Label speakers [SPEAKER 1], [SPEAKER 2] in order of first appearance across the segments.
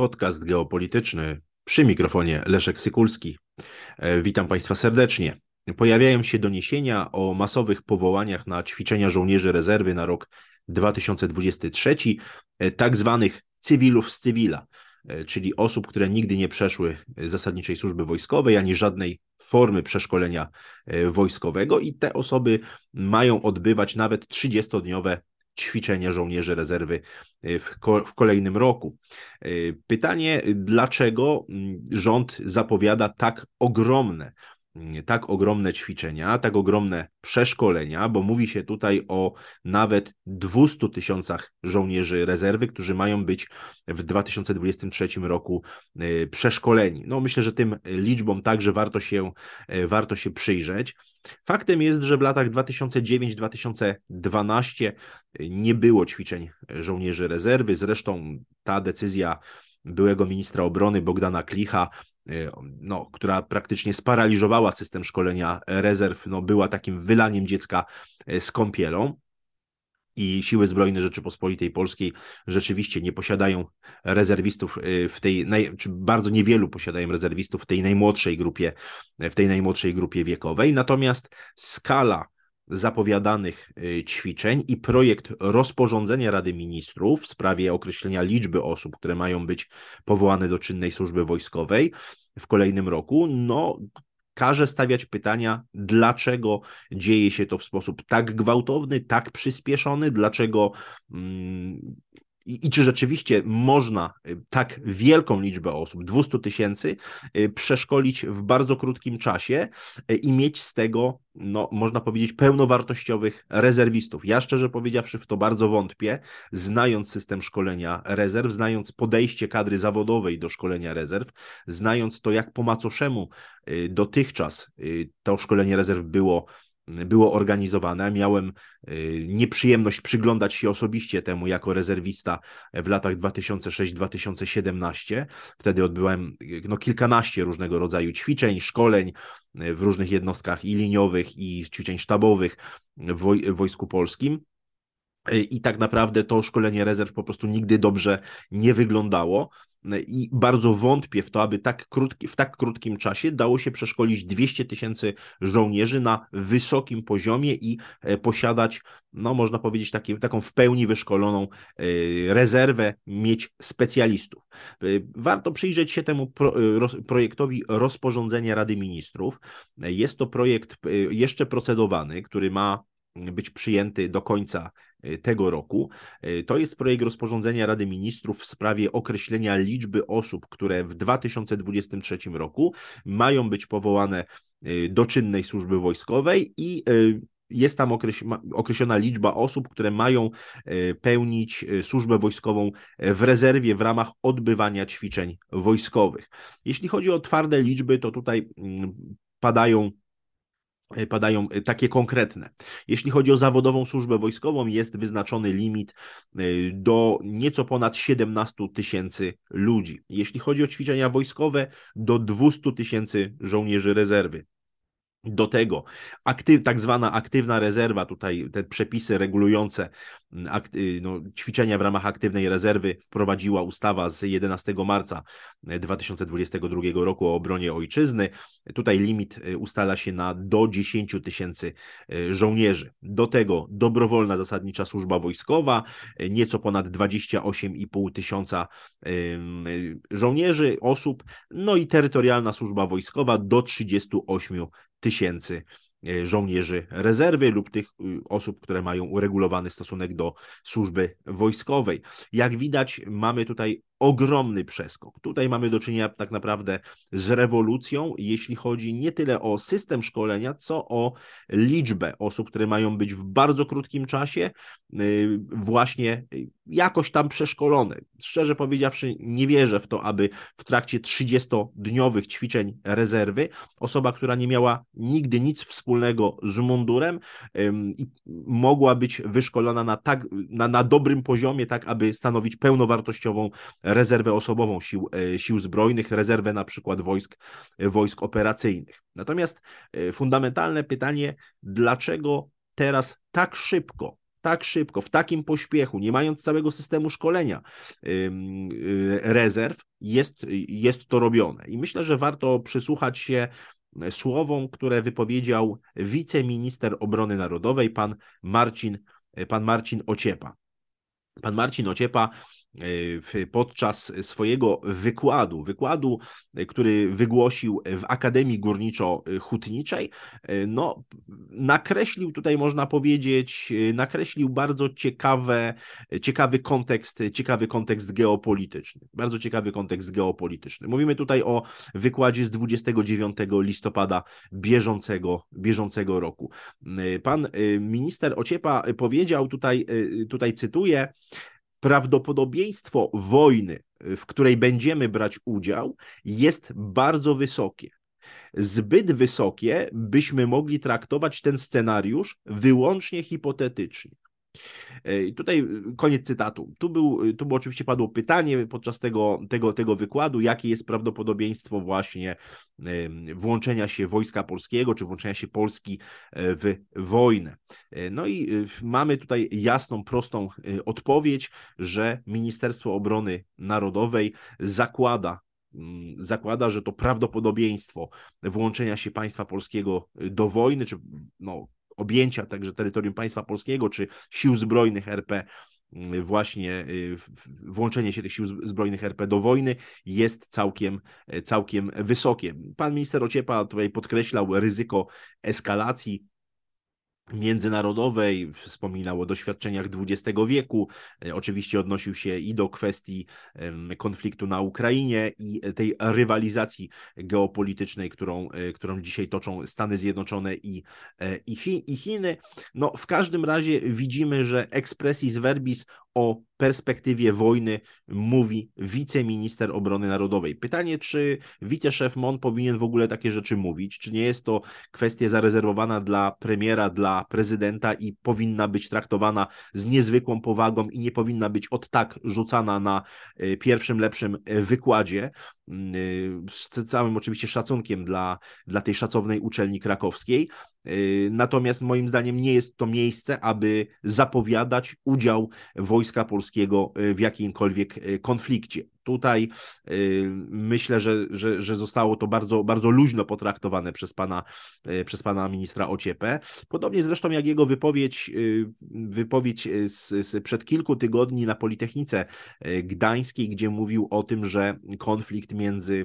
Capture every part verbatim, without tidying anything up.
[SPEAKER 1] Podcast geopolityczny, przy mikrofonie Leszek Sykulski. E, Witam Państwa serdecznie. Pojawiają się doniesienia o masowych powołaniach na ćwiczenia żołnierzy rezerwy na rok dwa tysiące dwudziesty trzeci, e, tak zwanych cywilów z cywila, e, czyli osób, które nigdy nie przeszły zasadniczej służby wojskowej ani żadnej formy przeszkolenia e, wojskowego i te osoby mają odbywać nawet trzydziestodniowe ćwiczenia żołnierzy rezerwy w, ko- w kolejnym roku. Pytanie, dlaczego rząd zapowiada tak ogromne, tak ogromne ćwiczenia, tak ogromne przeszkolenia, bo mówi się tutaj o nawet dwustu tysiącach żołnierzy rezerwy, którzy mają być w dwa tysiące dwudziestym trzecim roku przeszkoleni. No myślę, że tym liczbom także warto się, warto się przyjrzeć. Faktem jest, że w latach dwa tysiące dziewiątym do dwa tysiące dwunastego nie było ćwiczeń żołnierzy rezerwy. Zresztą ta decyzja byłego ministra obrony Bogdana Klicha, no, która praktycznie sparaliżowała system szkolenia rezerw, no, była takim wylaniem dziecka z kąpielą. I Siły Zbrojne Rzeczypospolitej Polskiej rzeczywiście nie posiadają rezerwistów w tej, naj, czy bardzo niewielu posiadają rezerwistów w tej najmłodszej grupie, w tej najmłodszej grupie wiekowej. Natomiast skala zapowiadanych ćwiczeń i projekt rozporządzenia Rady Ministrów w sprawie określenia liczby osób, które mają być powołane do czynnej służby wojskowej w kolejnym roku, no każe stawiać pytania, dlaczego dzieje się to w sposób tak gwałtowny, tak przyspieszony, dlaczego mm, i, i czy rzeczywiście można tak wielką liczbę osób, dwieście tysięcy, przeszkolić w bardzo krótkim czasie i mieć z tego, no, można powiedzieć, pełnowartościowych rezerwistów. Ja szczerze powiedziawszy w to bardzo wątpię, znając system szkolenia rezerw, znając podejście kadry zawodowej do szkolenia rezerw, znając to, jak po macoszemu dotychczas to szkolenie rezerw było było organizowane. Miałem nieprzyjemność przyglądać się osobiście temu jako rezerwista w latach dwa tysiące szóstym do dwa tysiące siedemnastego. Wtedy odbyłem no, kilkanaście różnego rodzaju ćwiczeń, szkoleń w różnych jednostkach i liniowych, i ćwiczeń sztabowych w, woj- w Wojsku Polskim. I tak naprawdę to szkolenie rezerw po prostu nigdy dobrze nie wyglądało. I bardzo wątpię w to, aby tak krótki, w tak krótkim czasie dało się przeszkolić dwieście tysięcy żołnierzy na wysokim poziomie i posiadać, no można powiedzieć, taki, taką w pełni wyszkoloną rezerwę, mieć specjalistów. Warto przyjrzeć się temu pro, projektowi rozporządzenia Rady Ministrów. Jest to projekt jeszcze procedowany, który ma być przyjęty do końca tego roku. To jest projekt rozporządzenia Rady Ministrów w sprawie określenia liczby osób, które w dwa tysiące dwudziestym trzecim roku mają być powołane do czynnej służby wojskowej i jest tam określona liczba osób, które mają pełnić służbę wojskową w rezerwie w ramach odbywania ćwiczeń wojskowych. Jeśli chodzi o twarde liczby, to tutaj padają padają takie konkretne. Jeśli chodzi o zawodową służbę wojskową, jest wyznaczony limit do nieco ponad siedemnastu tysięcy ludzi. Jeśli chodzi o ćwiczenia wojskowe, do dwustu tysięcy żołnierzy rezerwy. Do tego aktyw, tak zwana aktywna rezerwa, tutaj te przepisy regulujące akty, no, ćwiczenia w ramach aktywnej rezerwy wprowadziła ustawa z jedenastego marca dwa tysiące dwudziestego drugiego roku o obronie ojczyzny. Tutaj limit ustala się na do dziesięciu tysięcy żołnierzy. Do tego dobrowolna zasadnicza służba wojskowa, nieco ponad dwadzieścia osiem i pół tysiąca żołnierzy, osób, no i terytorialna służba wojskowa do trzydziestu ośmiu tysięcy żołnierzy rezerwy lub tych osób, które mają uregulowany stosunek do służby wojskowej. Jak widać, mamy tutaj ogromny przeskok. Tutaj mamy do czynienia tak naprawdę z rewolucją, jeśli chodzi nie tyle o system szkolenia, co o liczbę osób, które mają być w bardzo krótkim czasie właśnie jakoś tam przeszkolone. Szczerze powiedziawszy, nie wierzę w to, aby w trakcie trzydziestodniowych ćwiczeń rezerwy osoba, która nie miała nigdy nic wspólnego z mundurem i mogła być wyszkolona na, tak, na, na dobrym poziomie, tak aby stanowić pełnowartościową rezerwę osobową sił, sił zbrojnych, rezerwę na przykład wojsk, wojsk operacyjnych. Natomiast fundamentalne pytanie, dlaczego teraz tak szybko tak szybko, w takim pośpiechu, nie mając całego systemu szkolenia rezerw, jest, jest to robione. I myślę, że warto przysłuchać się słowom, które wypowiedział wiceminister obrony narodowej, pan Marcin, pan Marcin Ociepa. Pan Marcin Ociepa podczas swojego wykładu, wykładu, który wygłosił w Akademii Górniczo-Hutniczej, no, nakreślił tutaj, można powiedzieć, nakreślił bardzo ciekawe, ciekawy kontekst, ciekawy kontekst geopolityczny. Bardzo ciekawy kontekst geopolityczny. Mówimy tutaj o wykładzie z dwudziestego dziewiątego listopada bieżącego, bieżącego roku. Pan minister Ociepa powiedział tutaj, tutaj cytuję: prawdopodobieństwo wojny, w której będziemy brać udział, jest bardzo wysokie. Zbyt wysokie, byśmy mogli traktować ten scenariusz wyłącznie hipotetycznie. I tutaj koniec cytatu. Tu, był, tu było, oczywiście padło pytanie podczas tego, tego, tego wykładu, jakie jest prawdopodobieństwo właśnie włączenia się Wojska Polskiego, czy włączenia się Polski w wojnę. No i mamy tutaj jasną, prostą odpowiedź, że Ministerstwo Obrony Narodowej zakłada, zakłada, że to prawdopodobieństwo włączenia się państwa polskiego do wojny, czy no, objęcia także terytorium państwa polskiego, czy sił zbrojnych R P, właśnie włączenie się tych sił zbrojnych R P do wojny jest całkiem, całkiem wysokie. Pan minister Ociepa tutaj podkreślał ryzyko eskalacji międzynarodowej, wspominał o doświadczeniach dwudziestego wieku, oczywiście odnosił się i do kwestii konfliktu na Ukrainie i tej rywalizacji geopolitycznej, którą, którą dzisiaj toczą Stany Zjednoczone i, i, Chi, i Chiny. No, w każdym razie widzimy, że expressis verbis o perspektywie wojny mówi wiceminister obrony narodowej. Pytanie, czy wiceszef M O N powinien w ogóle takie rzeczy mówić? Czy nie jest to kwestia zarezerwowana dla premiera, dla prezydenta i powinna być traktowana z niezwykłą powagą i nie powinna być od tak rzucana na pierwszym lepszym wykładzie, z całym oczywiście szacunkiem dla, dla tej szacownej uczelni krakowskiej. Natomiast moim zdaniem nie jest to miejsce, aby zapowiadać udział Wojska Polskiego w jakimkolwiek konflikcie. Tutaj myślę, że, że, że zostało to bardzo, bardzo luźno potraktowane przez pana, przez pana ministra Ociepę. Podobnie zresztą jak jego wypowiedź, wypowiedź z, z przed kilku tygodni na Politechnice Gdańskiej, gdzie mówił o tym, że konflikt między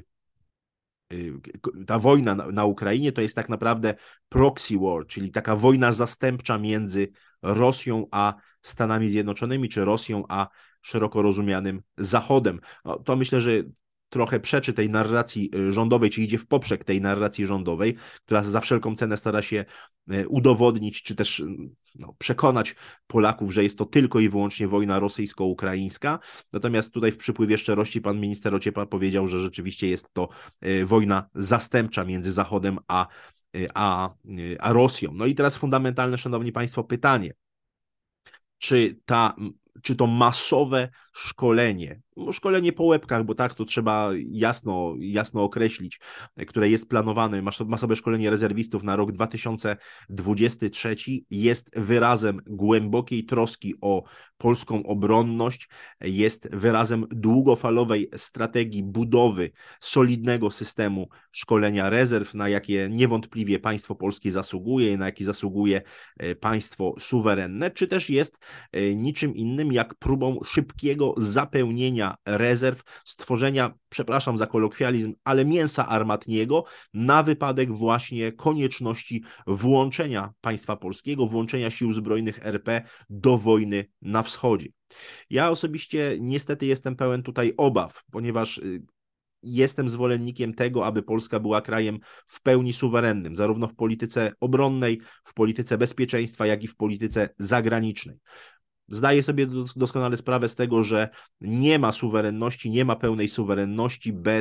[SPEAKER 1] ta wojna na, na Ukrainie to jest tak naprawdę proxy war, czyli taka wojna zastępcza między Rosją a Stanami Zjednoczonymi, czy Rosją a szeroko rozumianym Zachodem. No, to myślę, że trochę przeczy tej narracji rządowej, czy idzie w poprzek tej narracji rządowej, która za wszelką cenę stara się udowodnić, czy też no, przekonać Polaków, że jest to tylko i wyłącznie wojna rosyjsko-ukraińska. Natomiast tutaj w przypływie szczerości pan minister Ociepa powiedział, że rzeczywiście jest to wojna zastępcza między Zachodem a, a, a Rosją. No i teraz fundamentalne, szanowni państwo, pytanie. Czy ta czy to masowe szkolenie, szkolenie po łebkach, bo tak to trzeba jasno, jasno określić, które jest planowane, masowe szkolenie rezerwistów na rok dwa tysiące dwudziesty trzeci jest wyrazem głębokiej troski o polską obronność, jest wyrazem długofalowej strategii budowy solidnego systemu szkolenia rezerw, na jakie niewątpliwie państwo polskie zasługuje, na jaki zasługuje państwo suwerenne, czy też jest niczym innym jak próbą szybkiego zapełnienia rezerw, stworzenia, przepraszam za kolokwializm, ale mięsa armatniego na wypadek właśnie konieczności włączenia państwa polskiego, włączenia sił zbrojnych R P do wojny na wschodzie. Ja osobiście niestety jestem pełen tutaj obaw, ponieważ jestem zwolennikiem tego, aby Polska była krajem w pełni suwerennym, zarówno w polityce obronnej, w polityce bezpieczeństwa, jak i w polityce zagranicznej. Zdaję sobie doskonale sprawę z tego, że nie ma suwerenności, nie ma pełnej suwerenności bez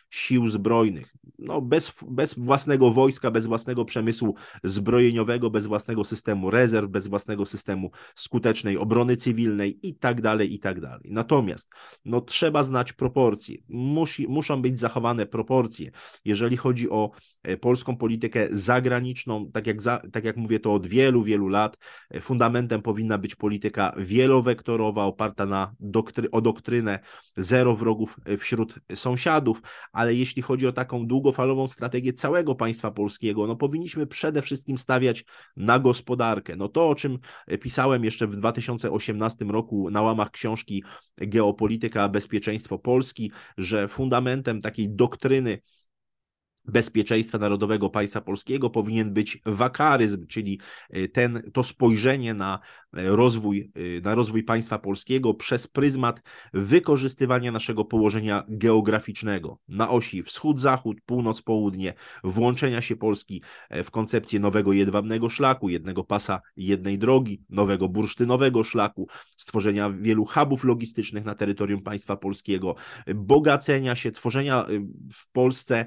[SPEAKER 1] sił zbrojnych. No, bez, bez własnego wojska, bez własnego przemysłu zbrojeniowego, bez własnego systemu rezerw, bez własnego systemu skutecznej obrony cywilnej i tak dalej, i tak dalej. Natomiast no, trzeba znać proporcje. Musi, muszą być zachowane proporcje. Jeżeli chodzi o polską politykę zagraniczną, tak jak, za, tak jak mówię to od wielu, wielu lat, fundamentem powinna być polityka wielowektorowa, oparta na doktry, o doktrynę zero wrogów wśród sąsiadów, ale jeśli chodzi o taką długofalową strategię całego państwa polskiego, no powinniśmy przede wszystkim stawiać na gospodarkę. No to, o czym pisałem jeszcze w dwa tysiące osiemnastym roku na łamach książki Geopolityka a bezpieczeństwo Polski, że fundamentem takiej doktryny bezpieczeństwa narodowego państwa polskiego powinien być wakaryzm, czyli ten, to spojrzenie na rozwój, na rozwój państwa polskiego przez pryzmat wykorzystywania naszego położenia geograficznego na osi wschód-zachód, północ-południe, włączenia się Polski w koncepcję nowego jedwabnego szlaku, jednego pasa, jednej drogi, nowego bursztynowego szlaku, stworzenia wielu hubów logistycznych na terytorium państwa polskiego, bogacenia się, tworzenia w Polsce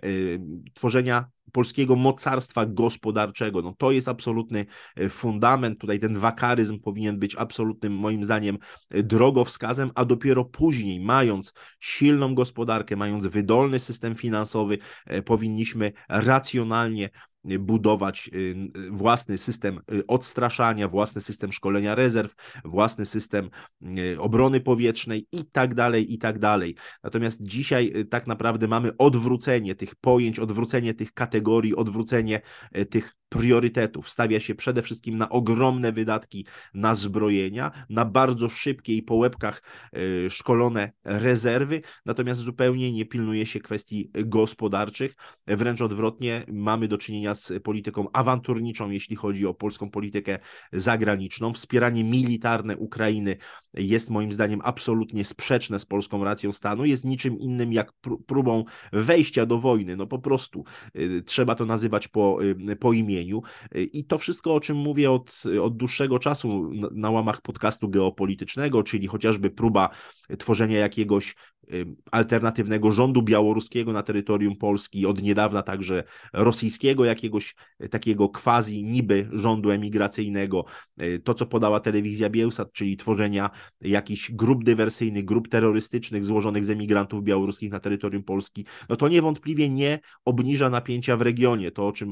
[SPEAKER 1] tworzenia polskiego mocarstwa gospodarczego. No to jest absolutny fundament. Tutaj ten wakaryzm powinien być absolutnym, moim zdaniem, drogowskazem, a dopiero później, mając silną gospodarkę, mając wydolny system finansowy, powinniśmy racjonalnie budować własny system odstraszania, własny system szkolenia rezerw, własny system obrony powietrznej i tak dalej, i tak dalej. Natomiast dzisiaj tak naprawdę mamy odwrócenie tych pojęć, odwrócenie tych kategorii, odwrócenie tych priorytetów. Stawia się przede wszystkim na ogromne wydatki na zbrojenia, na bardzo szybkie i po łebkach szkolone rezerwy, natomiast zupełnie nie pilnuje się kwestii gospodarczych. Wręcz odwrotnie, mamy do czynienia z polityką awanturniczą, jeśli chodzi o polską politykę zagraniczną. Wspieranie militarne Ukrainy jest moim zdaniem absolutnie sprzeczne z polską racją stanu, jest niczym innym jak próbą wejścia do wojny. No po prostu trzeba to nazywać po, po imieniu. I to wszystko, o czym mówię od, od dłuższego czasu na, na łamach podcastu geopolitycznego, czyli chociażby próba tworzenia jakiegoś alternatywnego rządu białoruskiego na terytorium Polski, od niedawna także rosyjskiego jakiegoś takiego quasi niby rządu emigracyjnego, to co podała telewizja Biełsat, czyli tworzenia jakichś grup dywersyjnych, grup terrorystycznych złożonych z emigrantów białoruskich na terytorium Polski, no to niewątpliwie nie obniża napięcia w regionie, to o czym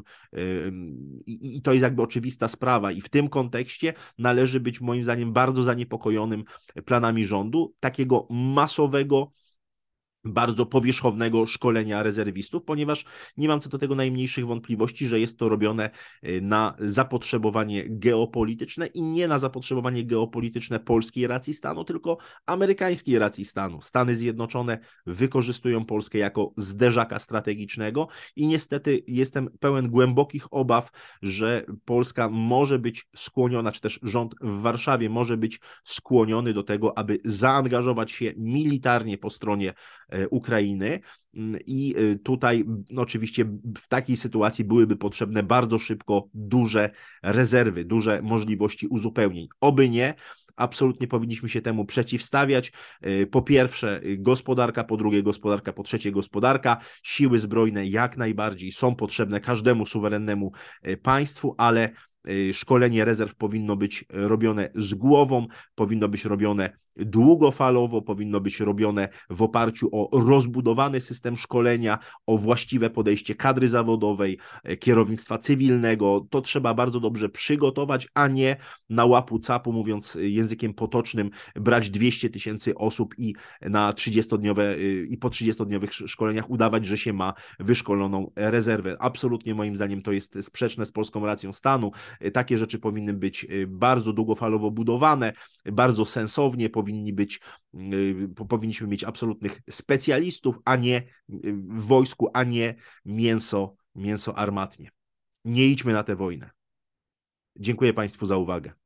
[SPEAKER 1] i, i to jest jakby oczywista sprawa i w tym kontekście należy być moim zdaniem bardzo zaniepokojonym planami rządu, takiego masowego, bardzo powierzchownego szkolenia rezerwistów, ponieważ nie mam co do tego najmniejszych wątpliwości, że jest to robione na zapotrzebowanie geopolityczne i nie na zapotrzebowanie geopolityczne polskiej racji stanu, tylko amerykańskiej racji stanu. Stany Zjednoczone wykorzystują Polskę jako zderzaka strategicznego i niestety jestem pełen głębokich obaw, że Polska może być skłoniona, czy też rząd w Warszawie może być skłoniony do tego, aby zaangażować się militarnie po stronie Ukrainy i tutaj no oczywiście w takiej sytuacji byłyby potrzebne bardzo szybko duże rezerwy, duże możliwości uzupełnień. Oby nie, absolutnie powinniśmy się temu przeciwstawiać. Po pierwsze gospodarka, po drugie gospodarka, po trzecie gospodarka. Siły zbrojne jak najbardziej są potrzebne każdemu suwerennemu państwu, ale szkolenie rezerw powinno być robione z głową, powinno być robione długofalowo, powinno być robione w oparciu o rozbudowany system szkolenia, o właściwe podejście kadry zawodowej, kierownictwa cywilnego. To trzeba bardzo dobrze przygotować, a nie na łapu capu, mówiąc językiem potocznym, brać dwieście tysięcy osób i na trzydziestodniowe i po trzydziestodniowych szkoleniach udawać, że się ma wyszkoloną rezerwę. Absolutnie moim zdaniem to jest sprzeczne z polską racją stanu. Takie rzeczy powinny być bardzo długofalowo budowane, bardzo sensownie, powinni być, powinniśmy mieć absolutnych specjalistów, a nie w wojsku, a nie mięso, mięso armatnie. Nie idźmy na tę wojnę. Dziękuję Państwu za uwagę.